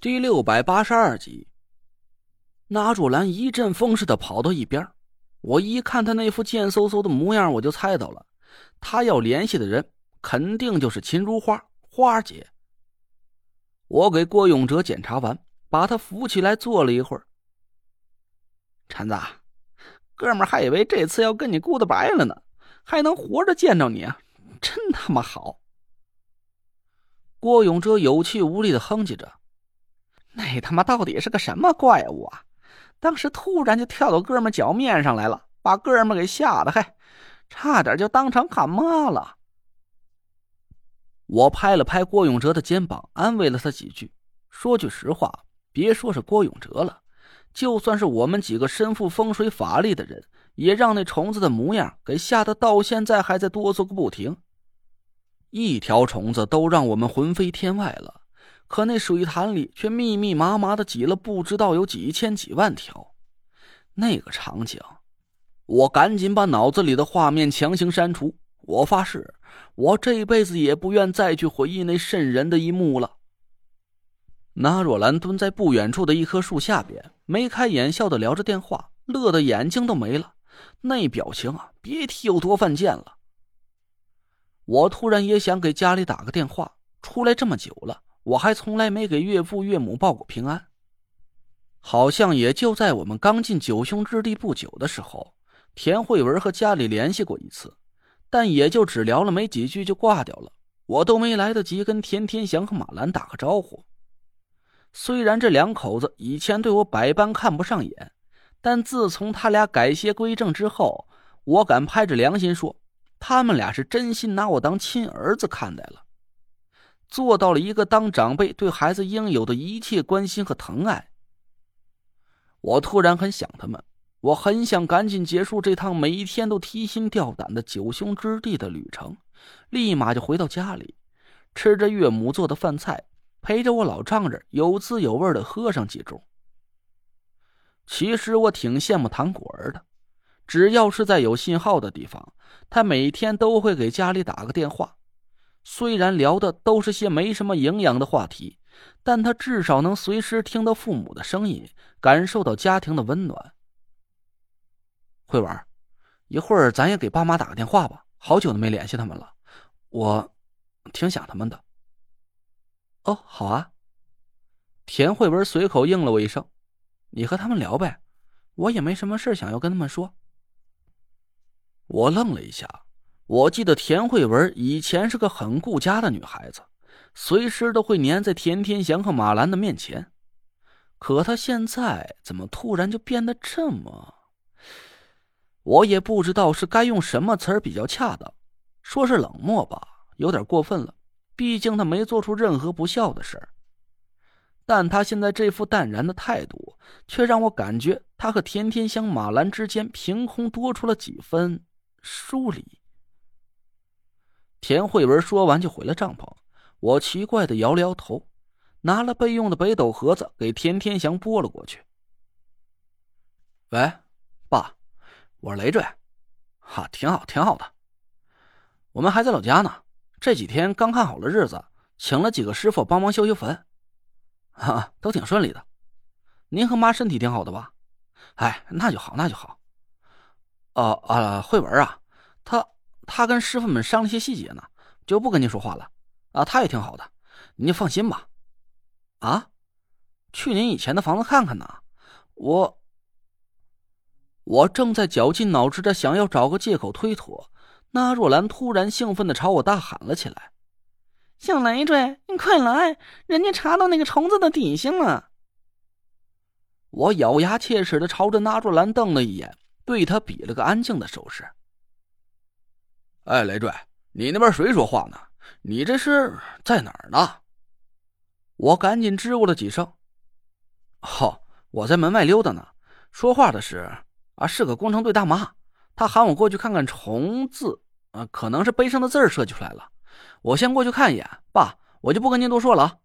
第682集。那若兰一阵风似的跑到一边，我一看他那副贱嗖嗖的模样，我就猜到了，他要联系的人肯定就是秦如花，花姐。我给郭永哲检查完，把他扶起来坐了一会儿。陈子，哥们儿还以为这次要跟你goodbye了呢，还能活着见着你啊，真他妈好。郭永哲有气无力的哼唧着，那他妈到底是个什么怪物啊，当时突然就跳到哥们脚面上来了，把哥们给吓得差点就当场喊妈了。我拍了拍郭永哲的肩膀，安慰了他几句。说句实话，别说是郭永哲了，就算是我们几个身负风水法力的人，也让那虫子的模样给吓得到现在还在哆嗦个不停。一条虫子都让我们魂飞天外了，可那水潭里却密密麻麻的挤了不知道有几千几万条。那个场景，我赶紧把脑子里的画面强行删除。我发誓，我这辈子也不愿再去回忆那瘆人的一幕了。那若兰蹲在不远处的一棵树下边，眉开眼笑的聊着电话，乐得眼睛都没了，那表情啊，别提有多犯贱了。我突然也想给家里打个电话，出来这么久了，我还从来没给岳父岳母报过平安。好像也就在我们刚进九兄之地不久的时候，田慧文和家里联系过一次，但也就只聊了没几句就挂掉了，我都没来得及跟田天祥和马兰打个招呼。虽然这两口子以前对我百般看不上眼，但自从他俩改邪归正之后，我敢拍着良心说，他们俩是真心拿我当亲儿子看待了，做到了一个当长辈对孩子应有的一切关心和疼爱。我突然很想他们，我很想赶紧结束这趟每一天都提心吊胆的九兄之地的旅程，立马就回到家里，吃着岳母做的饭菜，陪着我老丈人有滋有味的喝上几盅。其实我挺羡慕唐果儿的，只要是在有信号的地方，他每天都会给家里打个电话。虽然聊的都是些没什么营养的话题，但他至少能随时听到父母的声音，感受到家庭的温暖。慧文，一会儿咱也给爸妈打个电话吧，好久都没联系他们了，我挺想他们的。哦，好啊。田慧文随口应了我一声，你和他们聊呗，我也没什么事想要跟他们说。我愣了一下，我记得田慧文以前是个很顾家的女孩子，随时都会黏在田天祥和马兰的面前，可她现在怎么突然就变得这么……我也不知道是该用什么词儿比较恰当，说是冷漠吧，有点过分了，毕竟她没做出任何不孝的事儿。但她现在这副淡然的态度，却让我感觉她和田天祥、马兰之间凭空多出了几分疏离。田慧文说完就回了帐篷，我奇怪的摇了摇头，拿了备用的北斗盒子给田天祥拨了过去。喂，爸，我是累赘。挺好挺好的，我们还在老家呢，这几天刚看好了日子，请了几个师傅帮忙修坟。都挺顺利的。您和妈身体挺好的吧？那就好那就好。慧文啊，他跟师傅们商量些细节呢，就不跟您说话了。他也挺好的，您就放心吧。去您以前的房子看看呢。我正在绞尽脑汁的想要找个借口推脱，那若兰突然兴奋的朝我大喊了起来：小累赘，你快来，人家查到那个虫子的底细了。我咬牙切齿的朝着那若兰瞪了一眼，对他比了个安静的手势。累赘，你那边谁说话呢？你这是在哪儿呢？我赶紧支吾了几声。我在门外溜达呢，说话的是个工程队大妈，她喊我过去看看虫字，可能是碑上的字设计出来了，我先过去看一眼，爸，我就不跟您多说了。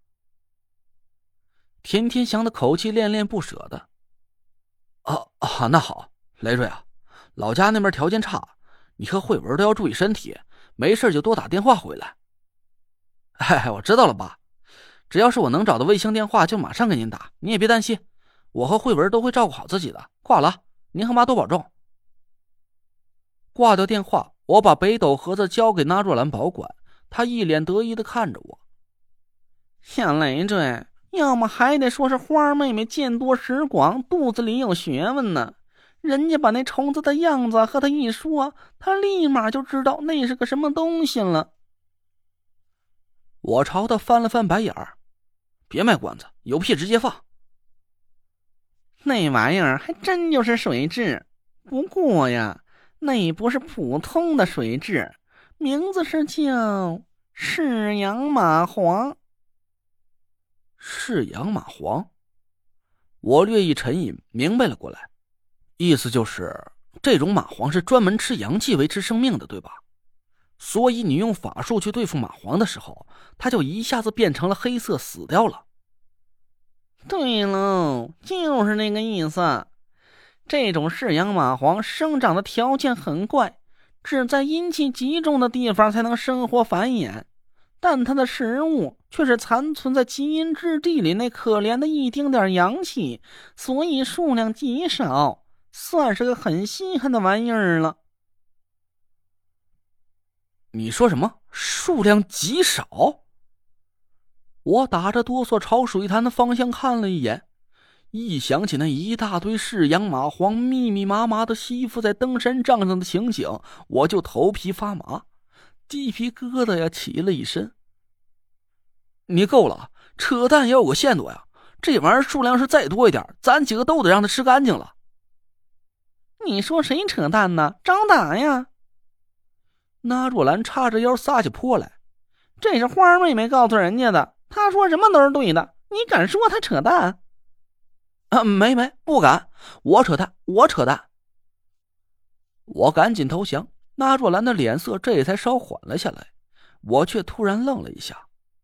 田天祥的口气恋恋不舍的。那好，累赘啊，老家那边条件差，你和慧文都要注意身体，没事就多打电话回来。我知道了，爸。 只要是我能找的卫星电话就马上给您打，你也别担心，我和慧文都会照顾好自己的。挂了，您和妈多保重。挂掉电话，我把北斗盒子交给那若兰保管，她一脸得意地看着我。 小累赘，要么还得说是花妹妹见多识广，肚子里有学问呢。人家把那虫子的样子和他一说，他立马就知道那是个什么东西了。 我朝他翻了翻白眼儿，别卖关子，有屁直接放。 那玩意儿还真就是水蛭，不过呀，那不是普通的水蛭，名字是叫是阳蚂蟥。 是阳蚂蟥？我略一沉吟，明白了过来。意思就是这种蚂蟥是专门吃阳气维持生命的，对吧？所以你用法术去对付蚂蟥的时候，它就一下子变成了黑色死掉了。 对喽，就是那个意思。这种是阳蚂蟥生长的条件很怪，只在阴气集中的地方才能生活繁衍，但它的食物却是残存在极阴之地里那可怜的一丁点阳气，所以数量极少，算是个很稀罕的玩意儿了。 你说什么？数量极少？我打着哆嗦朝水潭的方向看了一眼，一想起那一大堆是阳蚂蟥密密麻麻的吸附在登山杖上的情景，我就头皮发麻，鸡皮疙瘩呀起了一身。你够了，扯淡也有个限度呀！这玩意儿数量是再多一点，咱几个都得让它吃干净了。 你说谁扯淡呢？找打呀！ 那若兰叉着腰撒起泼来。 这是花妹妹告诉人家的，她说什么都是对的，你敢说她扯淡？ 没，不敢，我扯淡，我扯淡。我赶紧投降，那若兰的脸色这才稍缓了下来，我却突然愣了一下。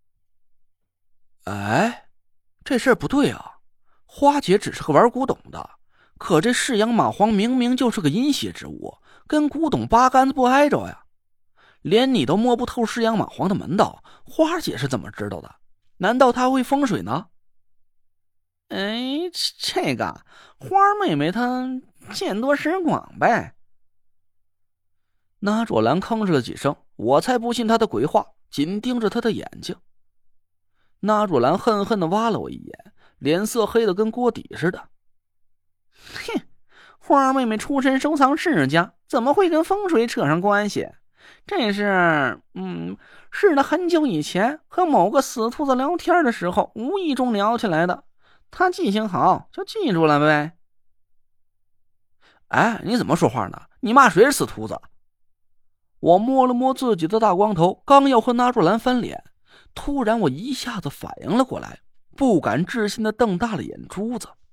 哎，这事儿不对啊！花姐只是个玩古董的，可这是阳蚂蟥明明就是个阴邪之物，跟古董八竿子不挨着呀。连你都摸不透是阳蚂蟥的门道，花姐是怎么知道的？难道她会风水呢？ 哎，这个花妹妹她见多识广呗。 那若兰吭哧了几声，我才不信她的鬼话，紧盯着她的眼睛。那若兰恨恨地挖了我一眼，脸色黑得跟锅底似的。 哼，花妹妹出身收藏世家，怎么会跟风水扯上关系？这是是她很久以前和某个死兔子聊天的时候无意中聊起来的，她记性好就记住了呗。 哎，你怎么说话呢？你骂谁是死兔子？我摸了摸自己的大光头，刚要和那若兰翻脸，突然我一下子反应了过来，不敢置信地瞪大了眼珠子。